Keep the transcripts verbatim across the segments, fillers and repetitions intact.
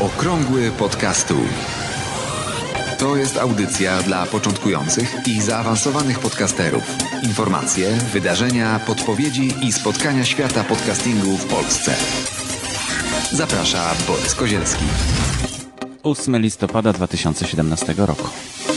Okrągły podcastu. To jest audycja dla początkujących i zaawansowanych podcasterów. Informacje, wydarzenia, podpowiedzi i spotkania świata podcastingu w Polsce. Zaprasza Borys Kozielski. ósmego listopada dwa tysiące siedemnastego roku.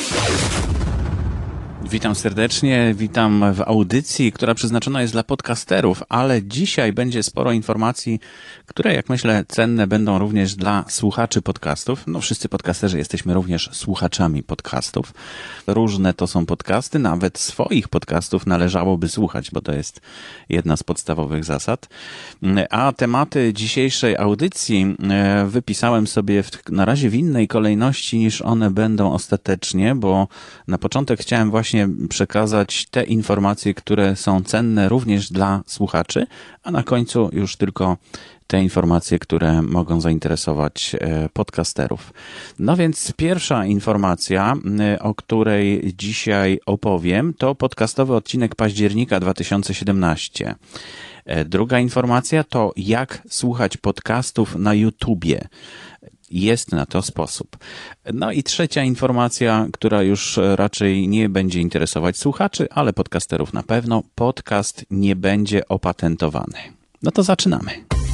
Witam serdecznie, witam w audycji, która przeznaczona jest dla podcasterów, ale dzisiaj będzie sporo informacji, które, jak myślę, cenne będą również dla słuchaczy podcastów. No wszyscy podcasterzy jesteśmy również słuchaczami podcastów. Różne to są podcasty, nawet swoich podcastów należałoby słuchać, bo to jest jedna z podstawowych zasad. A tematy dzisiejszej audycji wypisałem sobie w, na razie w innej kolejności niż one będą ostatecznie, bo na początek chciałem właśnie przekazać te informacje, które są cenne również dla słuchaczy, a na końcu już tylko te informacje, które mogą zainteresować podcasterów. No więc pierwsza informacja, o której dzisiaj opowiem, to podcastowy odcinek października dwa tysiące siedemnastego. Druga informacja to jak słuchać podcastów na YouTubie. Jest na to sposób. No i trzecia informacja, która już raczej nie będzie interesować słuchaczy, ale podcasterów na pewno. Podcast nie będzie opatentowany. No to zaczynamy.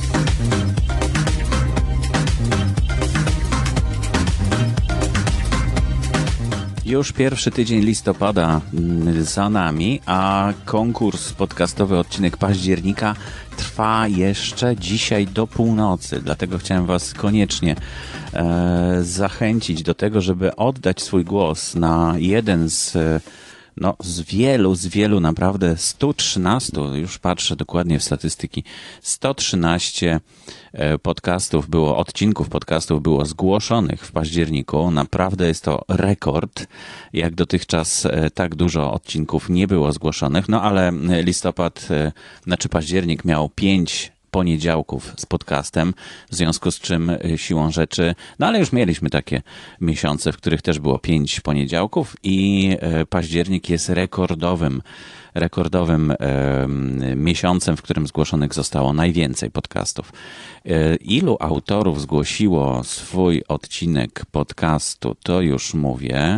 Już pierwszy tydzień listopada za nami, a konkurs podcastowy odcinek października trwa jeszcze dzisiaj do północy. Dlatego chciałem Was koniecznie e, zachęcić do tego, żeby oddać swój głos na jeden z No, z wielu, z wielu naprawdę sto trzynaście, już patrzę dokładnie w statystyki, sto trzynaście podcastów było, odcinków podcastów było zgłoszonych w październiku. Naprawdę jest to rekord. Jak dotychczas tak dużo odcinków nie było zgłoszonych, no ale listopad, znaczy październik miał pięć poniedziałków z podcastem, w związku z czym siłą rzeczy, no ale już mieliśmy takie miesiące, w których też było pięć poniedziałków i październik jest rekordowym, rekordowym e, miesiącem, w którym zgłoszonych zostało najwięcej podcastów. E, ilu autorów zgłosiło swój odcinek podcastu, to już mówię.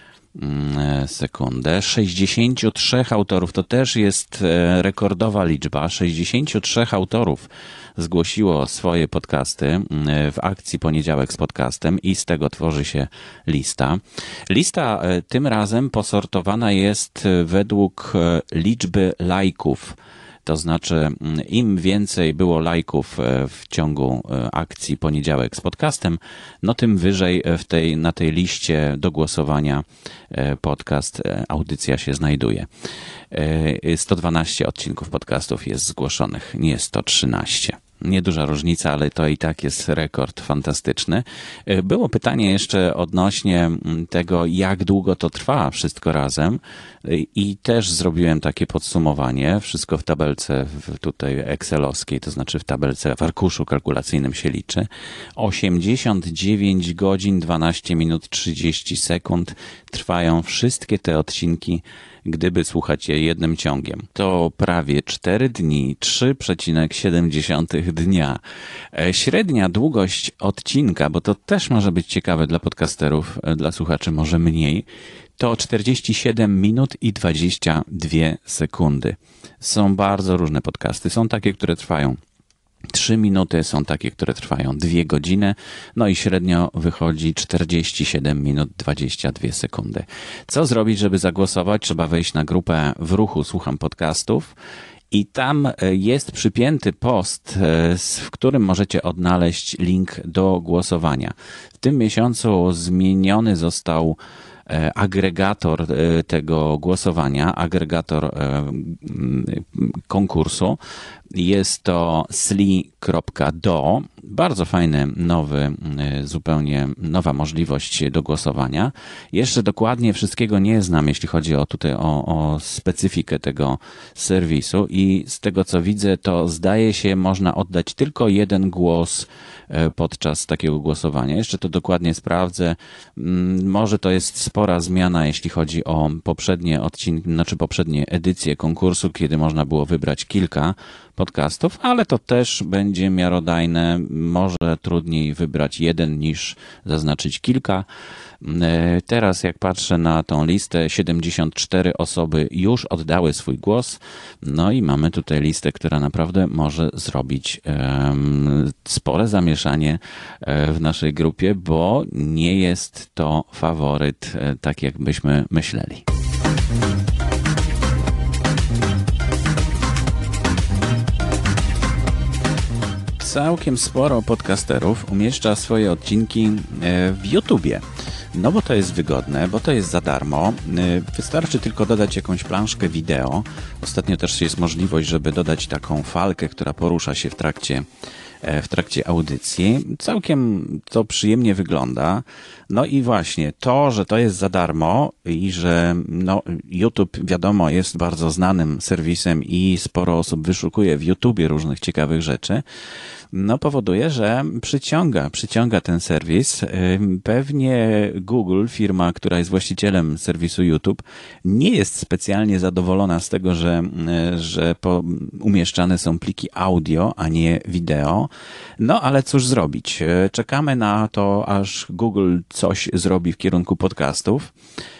Sekundę. sześćdziesięciu trzech autorów, to też jest rekordowa liczba. sześćdziesięciu trzech autorów zgłosiło swoje podcasty w akcji Poniedziałek z podcastem i z tego tworzy się lista. Lista tym razem posortowana jest według liczby lajków. To znaczy, im więcej było lajków w ciągu akcji Poniedziałek z podcastem, no tym wyżej w tej, na tej liście do głosowania podcast, audycja się znajduje. sto dwanaście odcinków podcastów jest zgłoszonych, nie sto trzynaście. Nieduża różnica, ale to i tak jest rekord fantastyczny. Było pytanie jeszcze odnośnie tego, jak długo to trwa wszystko razem i też zrobiłem takie podsumowanie. Wszystko w tabelce w tutaj excelowskiej, to znaczy w tabelce w arkuszu kalkulacyjnym się liczy. osiemdziesiąt dziewięć godzin, dwanaście minut, trzydzieści sekund trwają wszystkie te odcinki, gdyby słuchać je jednym ciągiem. To prawie cztery dni, trzy przecinek siedem dnia. Średnia długość odcinka, bo to też może być ciekawe dla podcasterów, dla słuchaczy może mniej, to czterdzieści siedem minut i dwadzieścia dwie sekundy. Są bardzo różne podcasty. Są takie, które trwają trzy minuty, są takie, które trwają dwie godziny, no i średnio wychodzi czterdzieści siedem minut dwadzieścia dwie sekundy. Co zrobić, żeby zagłosować? Trzeba wejść na grupę W Ruchu Słucham Podcastów i tam jest przypięty post, w którym możecie odnaleźć link do głosowania. W tym miesiącu zmieniony został agregator tego głosowania, agregator konkursu. Jest to sli kropka do. Bardzo fajny, nowy, zupełnie nowa możliwość do głosowania. Jeszcze dokładnie wszystkiego nie znam, jeśli chodzi o tutaj o, o specyfikę tego serwisu i z tego co widzę, to zdaje się można oddać tylko jeden głos podczas takiego głosowania. Jeszcze to dokładnie sprawdzę. Może to jest spora zmiana, jeśli chodzi o poprzednie odcinki, znaczy poprzednie edycje konkursu, kiedy można było wybrać kilka podcastów, ale to też będzie miarodajne. Może trudniej wybrać jeden niż zaznaczyć kilka. Teraz jak patrzę na tą listę, siedemdziesiąt cztery osoby już oddały swój głos. No i mamy tutaj listę, która naprawdę może zrobić um, spore zamieszanie w naszej grupie, bo nie jest to faworyt, tak jak byśmy myśleli. Całkiem sporo podcasterów umieszcza swoje odcinki w YouTubie. No bo to jest wygodne, bo to jest za darmo. Wystarczy tylko dodać jakąś planszkę wideo. Ostatnio też jest możliwość, żeby dodać taką falkę, która porusza się w trakcie w trakcie audycji. Całkiem to przyjemnie wygląda. No i właśnie to, że to jest za darmo i że no, YouTube, wiadomo, jest bardzo znanym serwisem i sporo osób wyszukuje w YouTubie różnych ciekawych rzeczy, no powoduje, że przyciąga, przyciąga ten serwis. Pewnie Google, firma, która jest właścicielem serwisu YouTube, nie jest specjalnie zadowolona z tego, że, że po, umieszczane są pliki audio, a nie wideo. No ale cóż zrobić? Czekamy na to, aż Google coś zrobi w kierunku podcastów,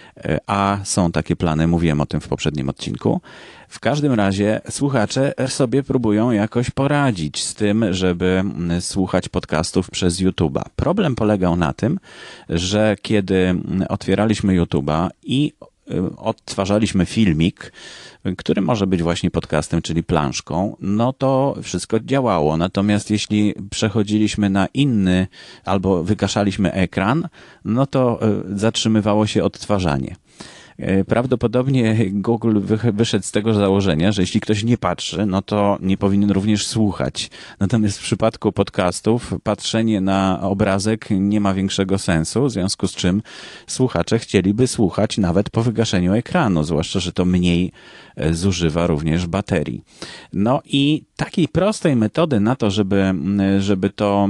a są takie plany, mówiłem o tym w poprzednim odcinku. W każdym razie słuchacze sobie próbują jakoś poradzić z tym, żeby słuchać podcastów przez YouTube'a. Problem polegał na tym, że kiedy otwieraliśmy YouTube'a i odtwarzaliśmy filmik, który może być właśnie podcastem, czyli planszką, no to wszystko działało. Natomiast jeśli przechodziliśmy na inny albo wygaszaliśmy ekran, no to zatrzymywało się odtwarzanie. Prawdopodobnie Google wyszedł z tego założenia, że jeśli ktoś nie patrzy, no to nie powinien również słuchać. Natomiast w przypadku podcastów patrzenie na obrazek nie ma większego sensu, w związku z czym słuchacze chcieliby słuchać nawet po wygaszeniu ekranu, zwłaszcza, że to mniej zużywa również baterii. No i takiej prostej metody na to, żeby, żeby to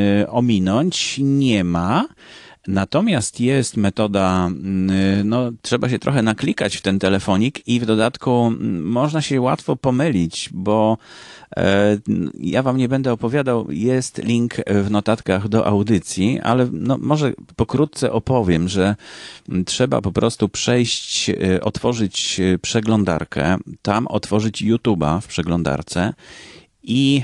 ominąć, nie ma. Natomiast jest metoda, no trzeba się trochę naklikać w ten telefonik i w dodatku można się łatwo pomylić, bo e, ja wam nie będę opowiadał, jest link w notatkach do audycji, ale no może pokrótce opowiem, że trzeba po prostu przejść, otworzyć przeglądarkę, tam otworzyć YouTube'a w przeglądarce i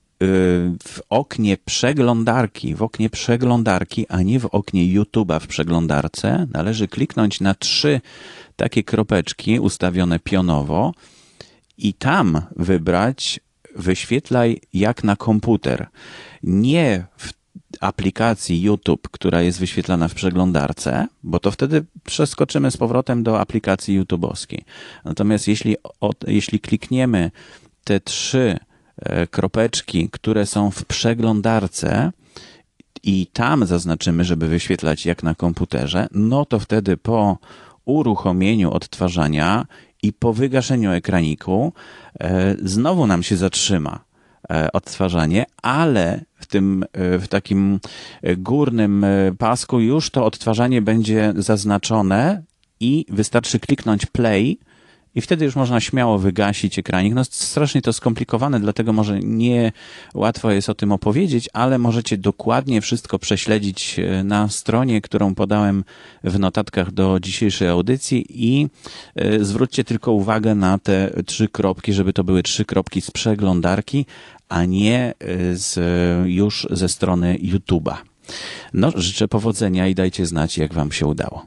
w oknie przeglądarki, w oknie przeglądarki, a nie w oknie YouTube'a w przeglądarce, należy kliknąć na trzy takie kropeczki ustawione pionowo i tam wybrać wyświetlaj jak na komputer. Nie w aplikacji YouTube, która jest wyświetlana w przeglądarce, bo to wtedy przeskoczymy z powrotem do aplikacji YouTube'owskiej. Natomiast jeśli, od, jeśli klikniemy te trzy kropeczki, które są w przeglądarce i tam zaznaczymy, żeby wyświetlać jak na komputerze, no to wtedy po uruchomieniu odtwarzania i po wygaszeniu ekraniku e, znowu nam się zatrzyma e, odtwarzanie, ale w tym, e, w takim górnym pasku już to odtwarzanie będzie zaznaczone i wystarczy kliknąć play i wtedy już można śmiało wygasić ekranik. No strasznie to skomplikowane, dlatego może nie łatwo jest o tym opowiedzieć, ale możecie dokładnie wszystko prześledzić na stronie, którą podałem w notatkach do dzisiejszej audycji i zwróćcie tylko uwagę na te trzy kropki, żeby to były trzy kropki z przeglądarki, a nie z, już ze strony YouTube'a. No, życzę powodzenia i dajcie znać, jak wam się udało.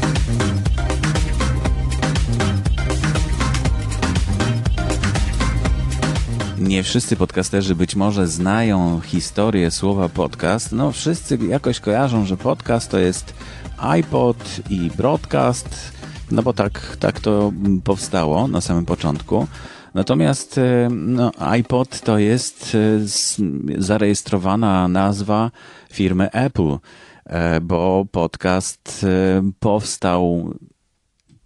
Nie wszyscy podcasterzy być może znają historię słowa podcast. No wszyscy jakoś kojarzą, że podcast to jest iPod i broadcast, no bo tak, tak to powstało na samym początku. Natomiast no, iPod to jest zarejestrowana nazwa firmy Apple, bo podcast powstał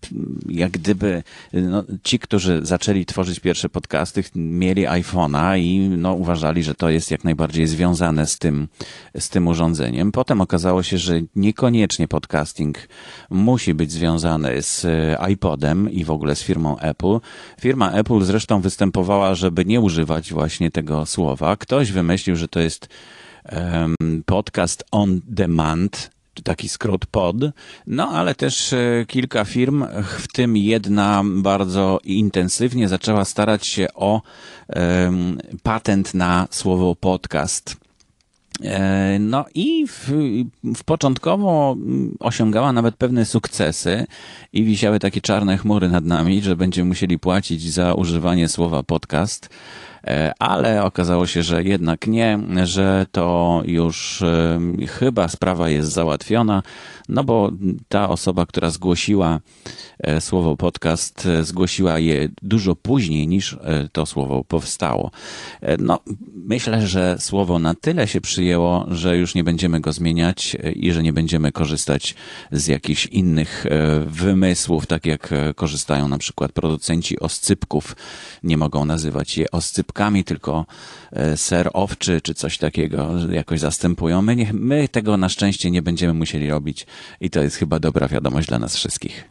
jak gdyby no, ci, którzy zaczęli tworzyć pierwsze podcasty, mieli iPhone'a i no, uważali, że to jest jak najbardziej związane z tym, z tym urządzeniem. Potem okazało się, że niekoniecznie podcasting musi być związany z iPodem i w ogóle z firmą Apple. Firma Apple zresztą występowała, żeby nie używać właśnie tego słowa. Ktoś wymyślił, że to jest um, podcast on demand, czy taki skrót pod, no ale też kilka firm, w tym jedna bardzo intensywnie zaczęła starać się o um, patent na słowo podcast. No i w, w początkowo osiągała nawet pewne sukcesy i wisiały takie czarne chmury nad nami, że będziemy musieli płacić za używanie słowa podcast, ale okazało się, że jednak nie, że to już chyba sprawa jest załatwiona, no bo ta osoba, która zgłosiła słowo podcast, zgłosiła je dużo później niż to słowo powstało. No, myślę, że słowo na tyle się przyjęło, że już nie będziemy go zmieniać i że nie będziemy korzystać z jakichś innych wymysłów, tak jak korzystają na przykład producenci oscypków. Nie mogą nazywać je oscypkami, tylko ser owczy czy coś takiego jakoś zastępują. My, nie, my tego na szczęście nie będziemy musieli robić i to jest chyba dobra wiadomość dla nas wszystkich.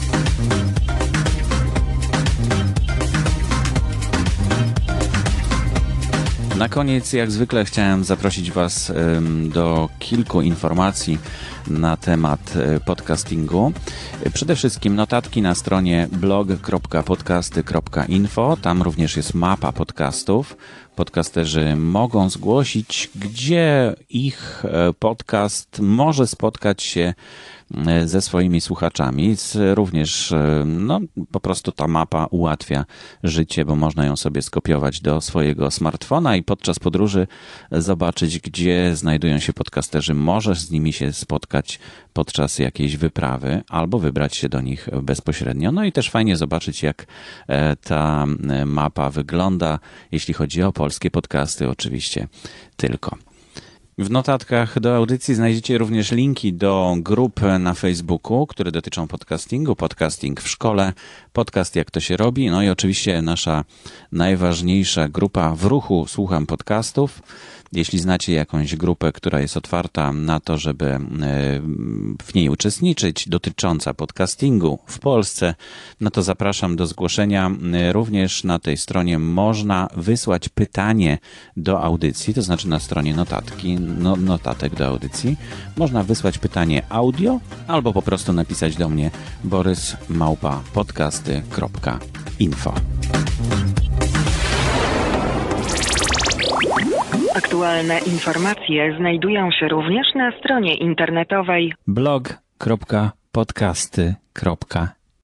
Na koniec, jak zwykle, chciałem zaprosić Was do kilku informacji na temat podcastingu. Przede wszystkim notatki na stronie blog kropka podcasty kropka info. Tam również jest mapa podcastów. Podcasterzy mogą zgłosić, gdzie ich podcast może spotkać się ze swoimi słuchaczami. Również no, po prostu ta mapa ułatwia życie, bo można ją sobie skopiować do swojego smartfona i podczas podróży zobaczyć, gdzie znajdują się podcasterzy. Możesz z nimi się spotkać podczas jakiejś wyprawy albo wybrać się do nich bezpośrednio. No i też fajnie zobaczyć, jak ta mapa wygląda, jeśli chodzi o polskie podcasty, oczywiście tylko. W notatkach do audycji znajdziecie również linki do grup na Facebooku, które dotyczą podcastingu, podcasting w szkole, podcast jak to się robi, no i oczywiście nasza najważniejsza grupa w ruchu Słucham Podcastów. Jeśli znacie jakąś grupę, która jest otwarta na to, żeby w niej uczestniczyć, dotycząca podcastingu w Polsce, no to zapraszam do zgłoszenia. Również na tej stronie można wysłać pytanie do audycji, to znaczy na stronie notatki, no, notatek do audycji. Można wysłać pytanie audio albo po prostu napisać do mnie borys małpa podcasty kropka info. Aktualne informacje znajdują się również na stronie internetowej blog kropka podcasty kropka